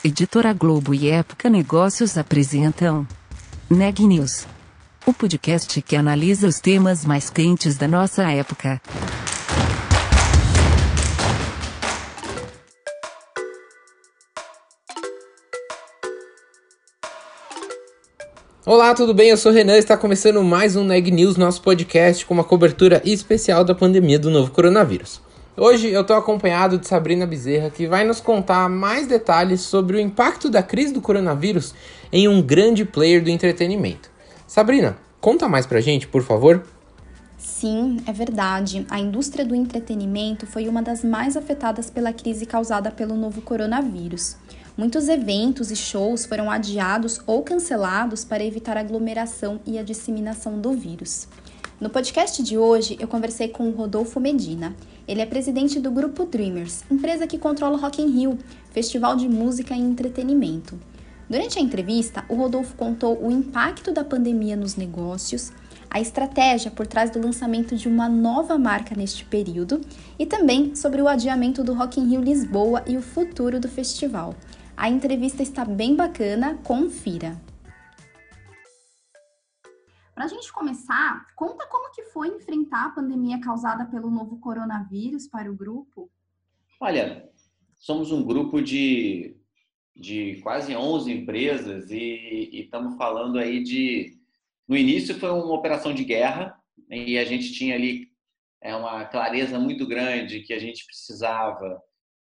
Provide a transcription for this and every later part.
Editora Globo e Época Negócios apresentam Neg News, o podcast que analisa os temas mais quentes da nossa época. Olá, tudo bem? Eu sou o Renan e está começando mais um Neg News, nosso podcast com uma cobertura especial da pandemia do novo coronavírus. Hoje eu estou acompanhado de Sabrina Bezerra, que vai nos contar mais detalhes sobre o impacto da crise do coronavírus em um grande player do entretenimento. Sabrina, conta mais pra gente, por favor. Sim, é verdade. A indústria do entretenimento foi uma das mais afetadas pela crise causada pelo novo coronavírus. Muitos eventos e shows foram adiados ou cancelados para evitar a aglomeração e a disseminação do vírus. No podcast de hoje, eu conversei com o Rodolfo Medina. Ele é presidente do Grupo Dreamers, empresa que controla o Rock in Rio, festival de música e entretenimento. Durante a entrevista, o Rodolfo contou o impacto da pandemia nos negócios, a estratégia por trás do lançamento de uma nova marca neste período e também sobre o adiamento do Rock in Rio Lisboa e o futuro do festival. A entrevista está bem bacana, confira! Para a gente começar, conta como que foi enfrentar a pandemia causada pelo novo coronavírus para o grupo? Olha, somos um grupo de quase 11 empresas e estamos falando aí de... No início foi uma operação de guerra e a gente tinha ali uma clareza muito grande que a gente precisava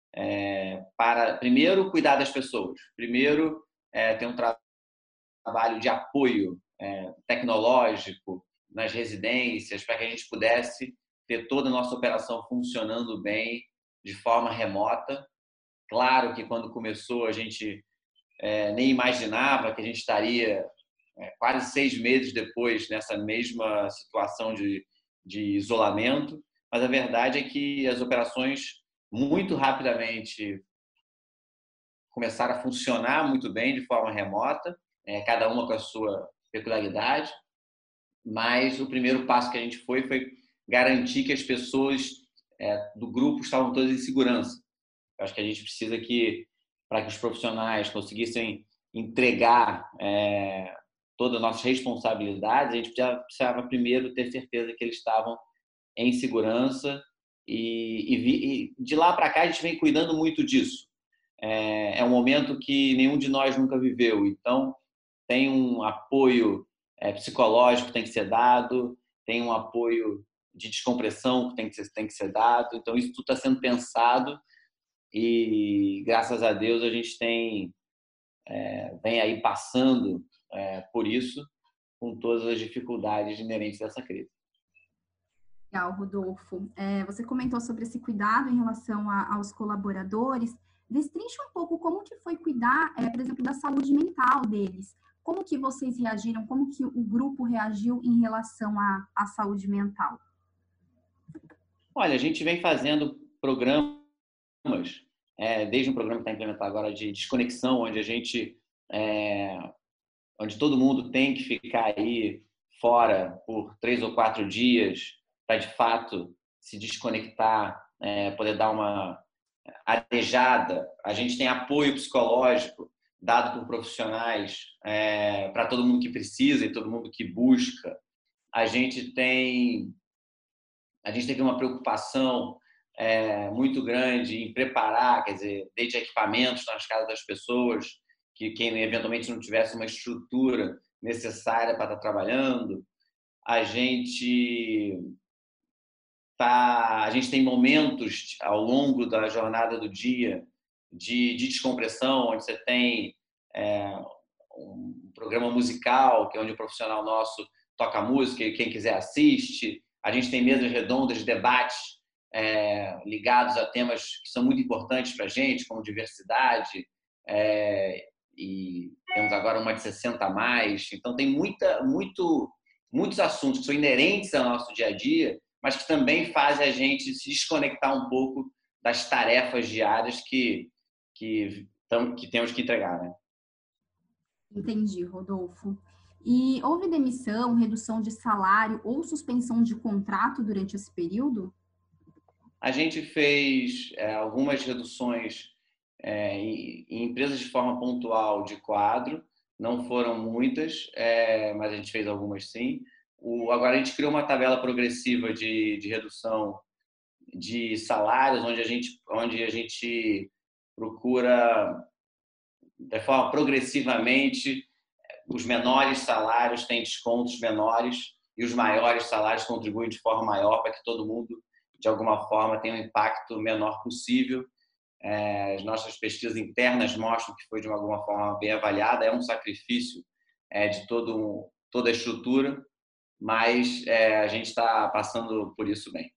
para, primeiro, cuidar das pessoas. Primeiro, ter um trabalho de apoio tecnológico nas residências para que a gente pudesse ter toda a nossa operação funcionando bem de forma remota. Claro que quando começou a gente nem imaginava que a gente estaria quase 6 meses depois nessa mesma situação de isolamento, mas a verdade é que as operações muito rapidamente começaram a funcionar muito bem de forma remota, cada uma com a sua peculiaridade, mas o primeiro passo que a gente foi garantir que as pessoas do grupo estavam todas em segurança. Eu acho que a gente precisa para que os profissionais conseguissem entregar todas as nossas responsabilidades, a gente precisava primeiro ter certeza que eles estavam em segurança e de lá para cá a gente vem cuidando muito disso. É um momento que nenhum de nós nunca viveu, então tem um apoio psicológico que tem que ser dado, tem um apoio de descompressão que tem que ser dado, então isso tudo está sendo pensado e graças a Deus a gente vem aí passando por isso com todas as dificuldades inerentes dessa crise. Legal, Rodolfo. Você comentou sobre esse cuidado em relação aos colaboradores. Destrincha um pouco como que foi cuidar, por exemplo, da saúde mental deles. Como que vocês reagiram? Como que o grupo reagiu em relação à saúde mental? Olha, a gente vem fazendo programas, desde um programa que está implementado agora de desconexão, onde todo mundo tem que ficar aí fora por 3 ou 4 dias para, de fato, se desconectar, poder dar uma arejada. A gente tem apoio psicológico dado por profissionais para todo mundo que precisa e todo mundo que busca. A gente teve uma preocupação muito grande em preparar, quer dizer, desde equipamentos nas casas das pessoas, que quem eventualmente não tivesse uma estrutura necessária para estar trabalhando. A gente tem momentos ao longo da jornada do dia de descompressão, onde você tem um programa musical, que é onde o profissional nosso toca música e quem quiser assiste. A gente tem mesas redondas de debates ligados a temas que são muito importantes para a gente, como diversidade, e temos agora uma de 60 a mais. Então, tem muitos assuntos que são inerentes ao nosso dia a dia, mas que também fazem a gente se desconectar um pouco das tarefas diárias que temos que entregar, né? Entendi, Rodolfo. E houve demissão, redução de salário ou suspensão de contrato durante esse período? A gente fez algumas reduções em empresas de forma pontual de quadro, não foram muitas, mas a gente fez algumas sim. Agora a gente criou uma tabela progressiva de redução de salários, onde a gente procura, de forma progressivamente, os menores salários têm descontos menores e os maiores salários contribuem de forma maior para que todo mundo, de alguma forma, tenha um impacto menor possível. As nossas pesquisas internas mostram que foi, de alguma forma, bem avaliada. É um sacrifício de toda a estrutura, mas a gente está passando por isso bem.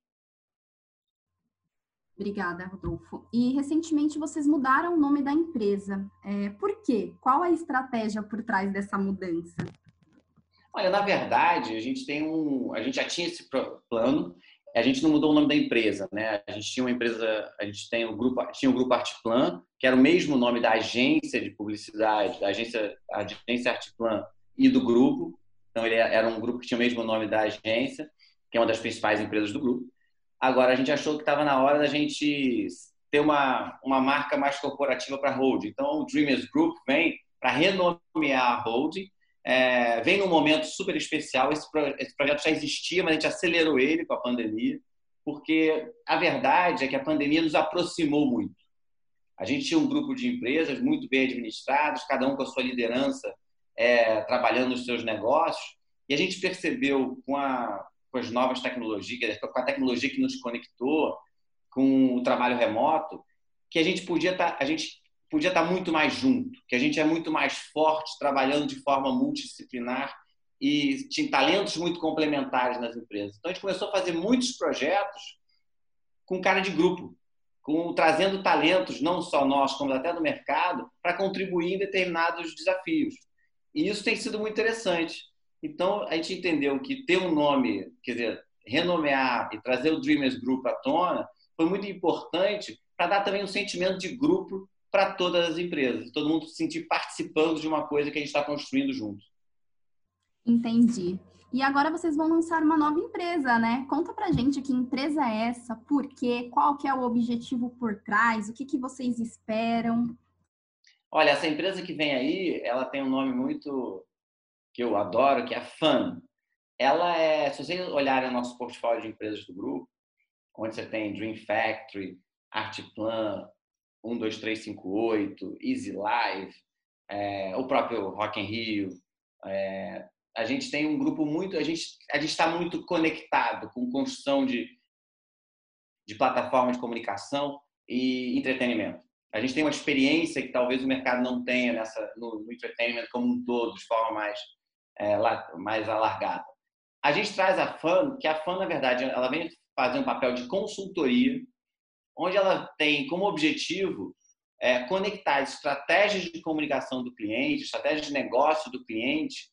Obrigada, Rodolfo. E recentemente vocês mudaram o nome da empresa. Por quê? Qual a estratégia por trás dessa mudança? Olha, na verdade, a gente já tinha esse plano. A gente não mudou o nome da empresa, né? A gente tinha uma empresa, a gente tinha o grupo Artplan, que era o mesmo nome da agência de publicidade, da agência Artplan e do grupo. Então ele era um grupo que tinha o mesmo nome da agência, que é uma das principais empresas do grupo. Agora a gente achou que estava na hora da gente ter uma marca mais corporativa para a holding. Então o Dreamers Group vem para renomear a holding. Vem num momento super especial. Esse projeto já existia, mas a gente acelerou ele com a pandemia, porque a verdade é que a pandemia nos aproximou muito. A gente tinha um grupo de empresas muito bem administradas, cada um com a sua liderança, trabalhando nos seus negócios, e a gente percebeu com as novas tecnologias, com a tecnologia que nos conectou, com o trabalho remoto, que a gente podia estar muito mais junto, que a gente é muito mais forte trabalhando de forma multidisciplinar e tinha talentos muito complementares nas empresas. Então, a gente começou a fazer muitos projetos com cara de grupo, trazendo talentos, não só nós, como até do mercado, para contribuir em determinados desafios. E isso tem sido muito interessante. Então, a gente entendeu que ter um nome, quer dizer, renomear e trazer o Dreamers Group à tona, foi muito importante para dar também um sentimento de grupo para todas as empresas, todo mundo se sentir participando de uma coisa que a gente está construindo junto. Entendi. E agora vocês vão lançar uma nova empresa, né? Conta pra gente que empresa é essa, por quê, qual que é o objetivo por trás, o que vocês esperam? Olha, essa empresa que vem aí, ela tem um nome muito que eu adoro, que é a Fun. Se vocês olharem o nosso portfólio de empresas do grupo, onde você tem Dream Factory, Artplan, 12358, Easy Life, o próprio Rock in Rio, a gente tem um grupo a gente está muito conectado com construção de plataformas de comunicação e entretenimento. A gente tem uma experiência que talvez o mercado não tenha no entretenimento como um todo, de forma mais alargada. A gente traz a FAN, que a FAN, na verdade, ela vem fazer um papel de consultoria, onde ela tem como objetivo conectar estratégias de comunicação do cliente, estratégias de negócio do cliente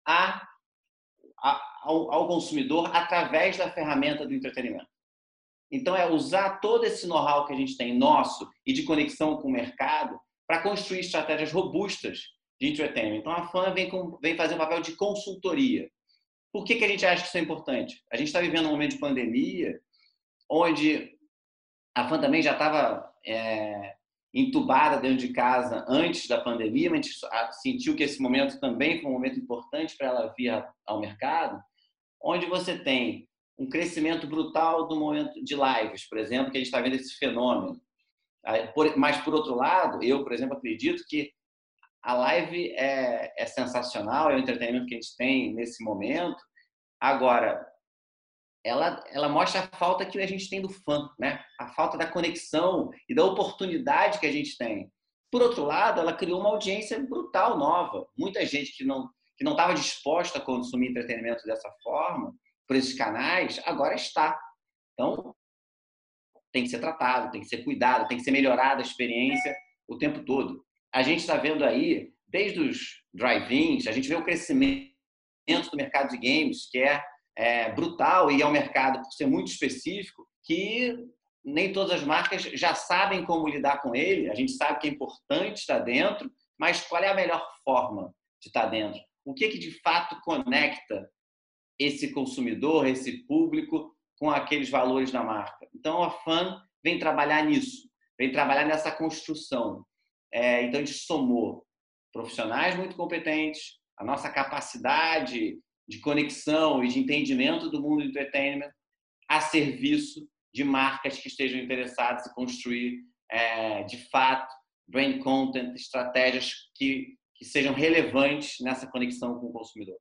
ao consumidor através da ferramenta do entretenimento. Então, usar todo esse know-how que a gente tem nosso e de conexão com o mercado para construir estratégias robustas de entretenimento. Então, a FAN vem fazer um papel de consultoria. Por que a gente acha que isso é importante? A gente está vivendo um momento de pandemia onde a FAN também já estava entubada dentro de casa antes da pandemia, mas a gente sentiu que esse momento também foi um momento importante para ela vir ao mercado, onde você tem um crescimento brutal do momento de lives, por exemplo, que a gente está vendo esse fenômeno. Mas, por outro lado, eu, por exemplo, acredito que a live é sensacional, é o entretenimento que a gente tem nesse momento. Agora, ela mostra a falta que a gente tem do fã, né? A falta da conexão e da oportunidade que a gente tem. Por outro lado, ela criou uma audiência brutal nova. Muita gente que não estava disposta a consumir entretenimento dessa forma, por esses canais, agora está. Então, tem que ser tratado, tem que ser cuidado, tem que ser melhorada a experiência o tempo todo. A gente está vendo aí, desde os drive-ins, a gente vê o crescimento do mercado de games, que é brutal, e é um mercado, por ser muito específico, que nem todas as marcas já sabem como lidar com ele. A gente sabe que é importante estar dentro, mas qual é a melhor forma de estar dentro? O que de fato conecta esse consumidor, esse público, com aqueles valores da marca? Então, a FAN vem trabalhar nisso, vem trabalhar nessa construção. Então, a gente somou profissionais muito competentes, a nossa capacidade de conexão e de entendimento do mundo do entertainment a serviço de marcas que estejam interessadas em construir, de fato, brand content, estratégias que sejam relevantes nessa conexão com o consumidor.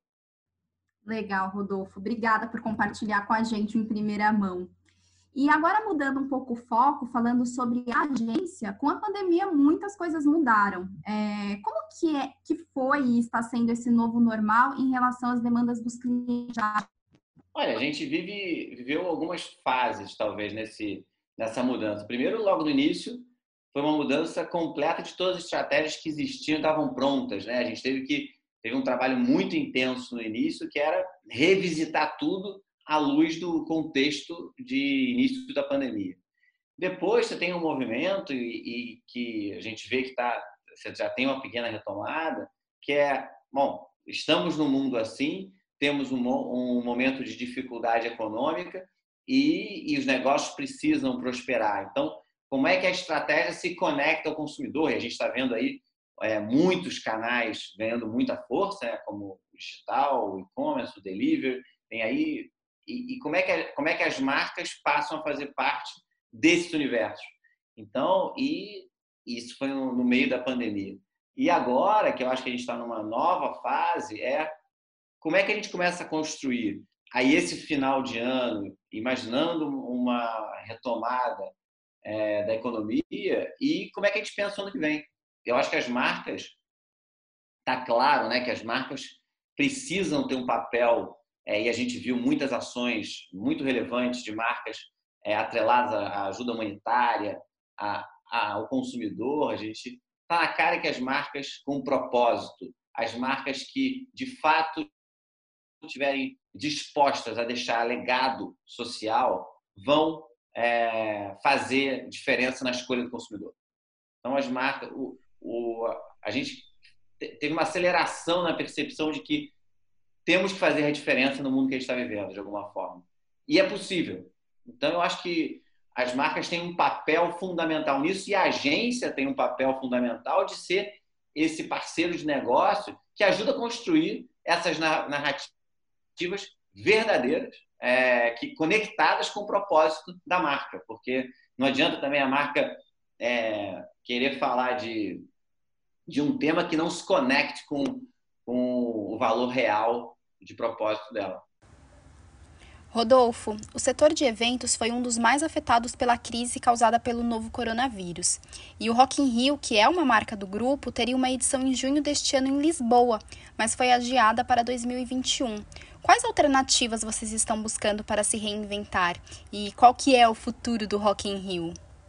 Legal, Rodolfo. Obrigada por compartilhar com a gente em primeira mão. E agora, mudando um pouco o foco, falando sobre a agência, com a pandemia muitas coisas mudaram. Como que foi e está sendo esse novo normal em relação às demandas dos clientes? Olha, a gente viveu algumas fases, talvez, nessa mudança. Primeiro, logo no início, foi uma mudança completa de todas as estratégias que existiam, estavam prontas, né? A gente teve um trabalho muito intenso no início, que era revisitar tudo à luz do contexto de início da pandemia. Depois você tem um movimento e que a gente vê que você já tem uma pequena retomada, que bom, estamos num mundo assim, temos um momento de dificuldade econômica e os negócios precisam prosperar. Então, como é que a estratégia se conecta ao consumidor? E a gente está vendo aí muitos canais ganhando muita força, né, como o digital, o e-commerce, o delivery, tem aí. E como é que as marcas passam a fazer parte desse universo? Então, isso foi no meio da pandemia. E agora, que eu acho que a gente está numa nova fase, como é que a gente começa a construir aí esse final de ano, imaginando uma retomada da economia, e como é que a gente pensa no ano que vem? Eu acho que as marcas, está claro, né, que as marcas precisam ter um papel, e a gente viu muitas ações muito relevantes de marcas atreladas à ajuda humanitária, ao consumidor. A gente está na cara que as marcas com propósito, as marcas que, de fato, estiverem dispostas a deixar legado social, vão fazer diferença na escolha do consumidor. Então, as marcas, a gente teve uma aceleração na percepção de que temos que fazer a diferença no mundo que a gente está vivendo, de alguma forma. E é possível. Então, eu acho que as marcas têm um papel fundamental nisso e a agência tem um papel fundamental de ser esse parceiro de negócio que ajuda a construir essas narrativas verdadeiras, conectadas com o propósito da marca. Porque não adianta também a marca querer falar de um tema que não se conecte com o valor real de propósito dela. Rodolfo, o setor de eventos foi um dos mais afetados pela crise causada pelo novo coronavírus. E o Rock in Rio, que é uma marca do grupo, teria uma edição em junho deste ano em Lisboa, mas foi adiada para 2021. Quais alternativas vocês estão buscando para se reinventar? E qual que é o futuro do Rock in Rio?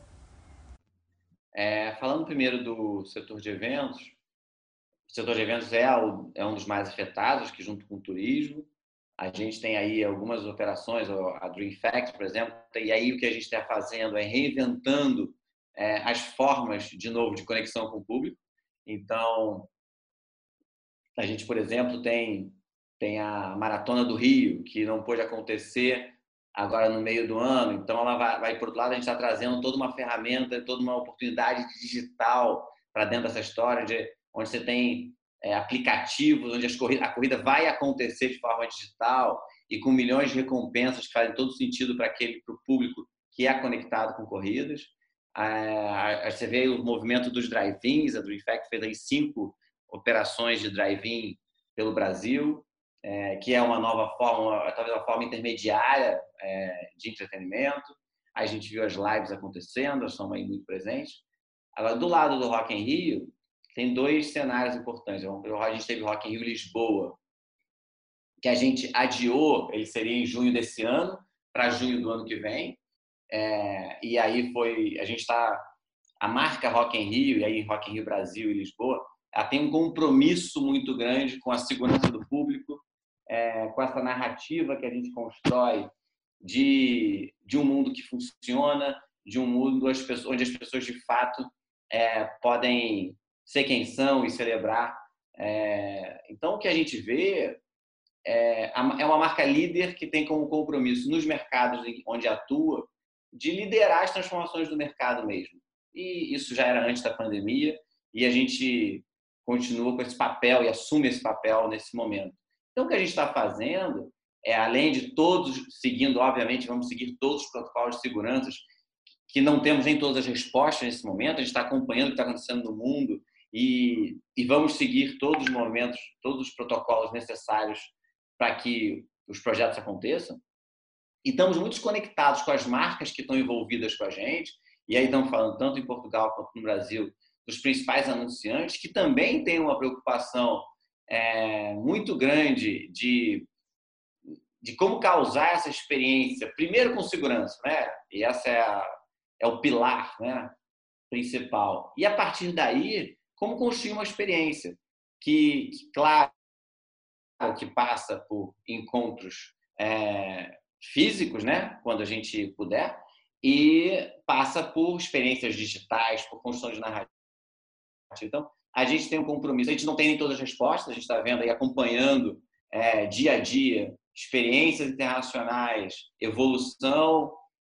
Falando primeiro do setor de eventos, o setor de eventos é um dos mais afetados, que junto com o turismo. A gente tem aí algumas operações, a Dream Factory, por exemplo, e aí o que a gente está fazendo é reinventando as formas, de novo, de conexão com o público. Então, a gente, por exemplo, tem a Maratona do Rio, que não pôde acontecer agora no meio do ano. Então, ela vai por outro lado, a gente está trazendo toda uma ferramenta, toda uma oportunidade digital para dentro dessa história, onde você tem aplicativos, onde a corrida vai acontecer de forma digital e com milhões de recompensas que fazem todo sentido para o público que é conectado com corridas. Você vê o movimento dos drive-ins, a Dream Factory fez aí 5 operações de drive-in pelo Brasil, que é uma nova forma, talvez uma forma intermediária de entretenimento. A gente viu as lives acontecendo, elas são aí muito presentes. Agora, do lado do Rock in Rio, tem 2 cenários importantes. A gente teve o Rock in Rio Lisboa, que a gente adiou, ele seria em junho desse ano, para junho do ano que vem. E aí a marca Rock in Rio, e aí Rock in Rio Brasil e Lisboa, ela tem um compromisso muito grande com a segurança do público, com essa narrativa que a gente constrói de um mundo que funciona, de um mundo onde as pessoas de fato podem ser quem são e celebrar. Então, o que a gente vê é uma marca líder que tem como compromisso nos mercados onde atua de liderar as transformações do mercado mesmo. e isso já era antes da pandemia, e a gente continua com esse papel e assume esse papel nesse momento. Então, o que a gente está fazendo é, além de todos, seguindo, obviamente, vamos seguir todos os protocolos de segurança, que não temos nem todas as respostas nesse momento, a gente está acompanhando o que está acontecendo no mundo e vamos seguir todos os momentos, todos os protocolos necessários para que os projetos aconteçam. E estamos muito conectados com as marcas que estão envolvidas com a gente, e aí estamos falando tanto em Portugal quanto no Brasil, dos principais anunciantes, que também têm uma preocupação muito grande de como causar essa experiência, primeiro com segurança, né? E essa é o pilar, né, principal. E a partir daí, como construir uma experiência que claro, que passa por encontros físicos, né, quando a gente puder, e passa por experiências digitais, por construção de narrativa. Então, a gente tem um compromisso. A gente não tem nem todas as respostas, a gente está vendo aí, acompanhando dia a dia, experiências internacionais, evolução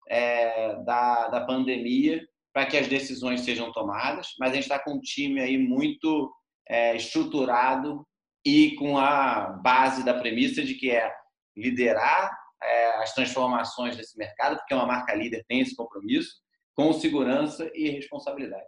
da pandemia, para que as decisões sejam tomadas, mas a gente está com um time aí muito estruturado e com a base da premissa de que é liderar as transformações desse mercado, porque uma marca líder tem esse compromisso, com segurança e responsabilidade.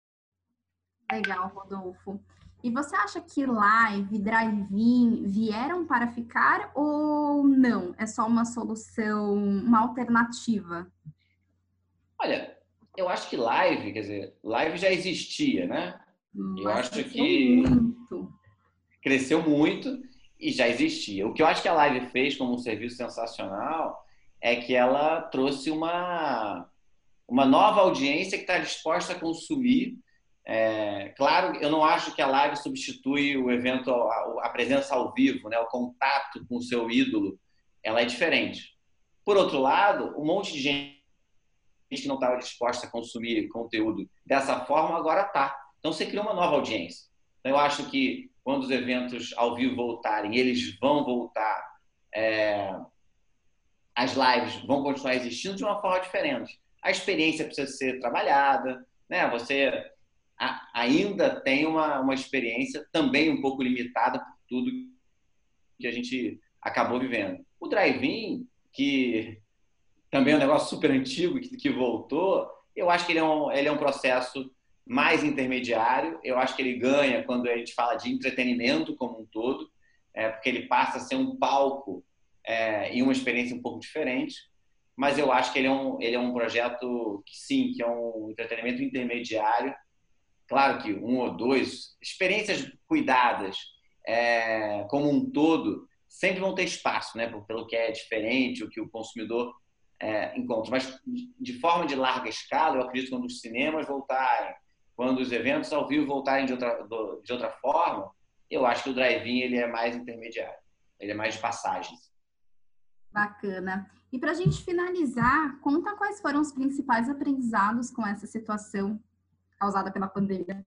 Legal, Rodolfo. E você acha que live e drive-in vieram para ficar ou não? É só uma solução, uma alternativa? Olha, eu acho que live, quer dizer, live já existia, né? Eu acho que cresceu muito e já existia. O que eu acho que a live fez como um serviço sensacional é que ela trouxe uma nova audiência que está disposta a consumir. Claro, eu não acho que a live substitui o evento, a presença ao vivo, né? O contato com o seu ídolo, ela é diferente. Por outro lado, um monte de gente que não estava disposta a consumir conteúdo dessa forma, agora está. Então, você cria uma nova audiência. Então, eu acho que quando os eventos ao vivo voltarem, eles vão voltar, as lives vão continuar existindo de uma forma diferente. A experiência precisa ser trabalhada, né? Você ainda tem uma experiência também um pouco limitada por tudo que a gente acabou vivendo. O drive-in, que também é um negócio super antigo, que voltou, eu acho que ele é um processo mais intermediário. Eu acho que ele ganha quando a gente fala de entretenimento como um todo, porque ele passa a ser um palco e uma experiência um pouco diferente. Mas eu acho que ele é um projeto que, sim, que é um entretenimento intermediário. Claro que um ou dois, experiências cuidadas como um todo, sempre vão ter espaço, né? Pelo que é diferente, o que o consumidor encontra. Mas, de forma de larga escala, eu acredito que quando os cinemas voltarem, quando os eventos ao vivo voltarem de outra forma, eu acho que o drive-in ele é mais intermediário, ele é mais de passagens. Bacana. E para a gente finalizar, conta quais foram os principais aprendizados com essa situação causada pela pandemia.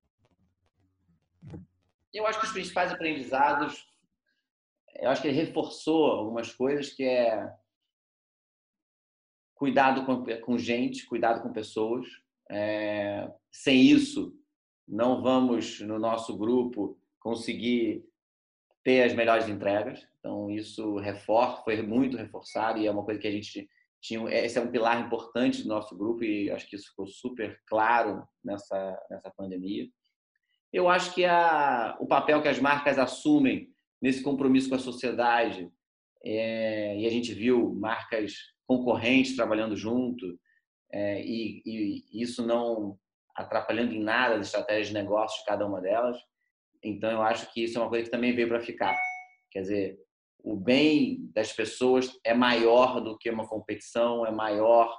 Eu acho que os principais aprendizados, eu acho que ele reforçou algumas coisas, que é cuidado com gente, cuidado com pessoas. Sem isso, não vamos, no nosso grupo, conseguir ter as melhores entregas. Então, isso foi muito reforçado e é uma coisa que a gente tinha. Esse é um pilar importante do nosso grupo e acho que isso ficou super claro nessa pandemia. Eu acho que o papel que as marcas assumem nesse compromisso com a sociedade, e a gente viu marcas concorrentes trabalhando junto, e isso não atrapalhando em nada as estratégias de negócio de cada uma delas. Então, eu acho que isso é uma coisa que também veio para ficar. Quer dizer, o bem das pessoas é maior do que uma competição, é maior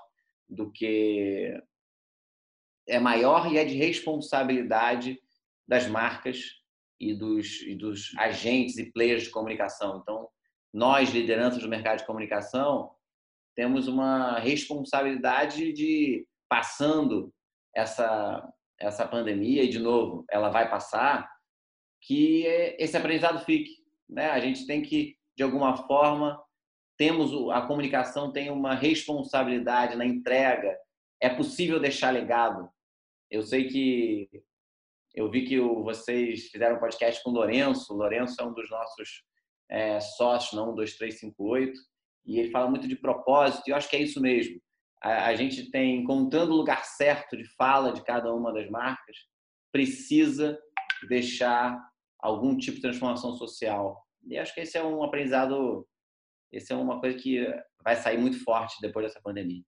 e é de responsabilidade das marcas e dos agentes e players de comunicação. Então, nós, lideranças do mercado de comunicação, temos uma responsabilidade de, passando essa pandemia, e de novo, ela vai passar, que esse aprendizado fique, né? A gente tem que, de alguma forma, a comunicação tem uma responsabilidade na entrega. É possível deixar legado. Eu sei que eu vi que vocês fizeram um podcast com o Lourenço. O Lourenço é um dos nossos sócios na 12358, e ele fala muito de propósito, e eu acho que é isso mesmo. A gente tem, encontrando o lugar certo de fala de cada uma das marcas, precisa deixar algum tipo de transformação social. E acho que esse é um aprendizado, esse é uma coisa que vai sair muito forte depois dessa pandemia.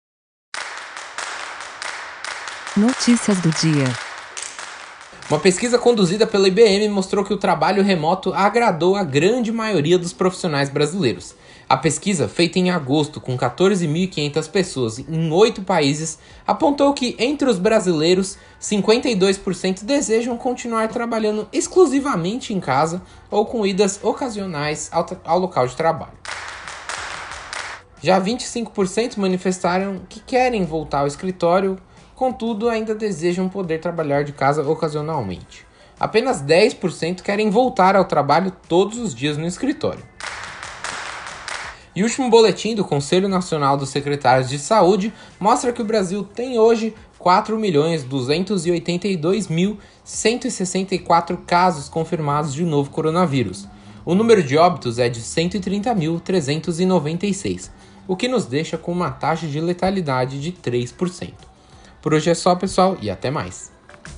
Notícias do dia. Uma pesquisa conduzida pela IBM mostrou que o trabalho remoto agradou a grande maioria dos profissionais brasileiros. A pesquisa, feita em agosto com 14.500 pessoas em 8 países, apontou que, entre os brasileiros, 52% desejam continuar trabalhando exclusivamente em casa ou com idas ocasionais ao local de trabalho. Já 25% manifestaram que querem voltar ao escritório, contudo, ainda desejam poder trabalhar de casa ocasionalmente. Apenas 10% querem voltar ao trabalho todos os dias no escritório. E o último boletim do Conselho Nacional dos Secretários de Saúde mostra que o Brasil tem hoje 4.282.164 casos confirmados de novo coronavírus. O número de óbitos é de 130.396, o que nos deixa com uma taxa de letalidade de 3%. Por hoje é só, pessoal, e até mais.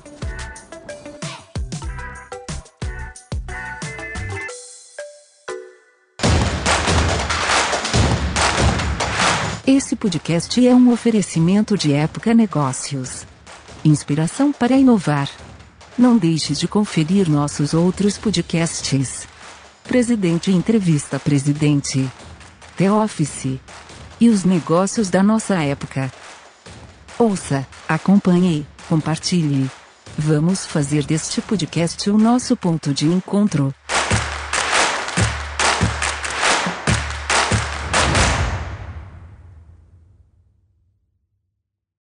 Esse podcast é um oferecimento de Época Negócios. Inspiração para inovar. Não deixe de conferir nossos outros podcasts. Presidente Entrevista Presidente. The Office. E os negócios da nossa época. Ouça, acompanhe, compartilhe. Vamos fazer deste podcast o nosso ponto de encontro.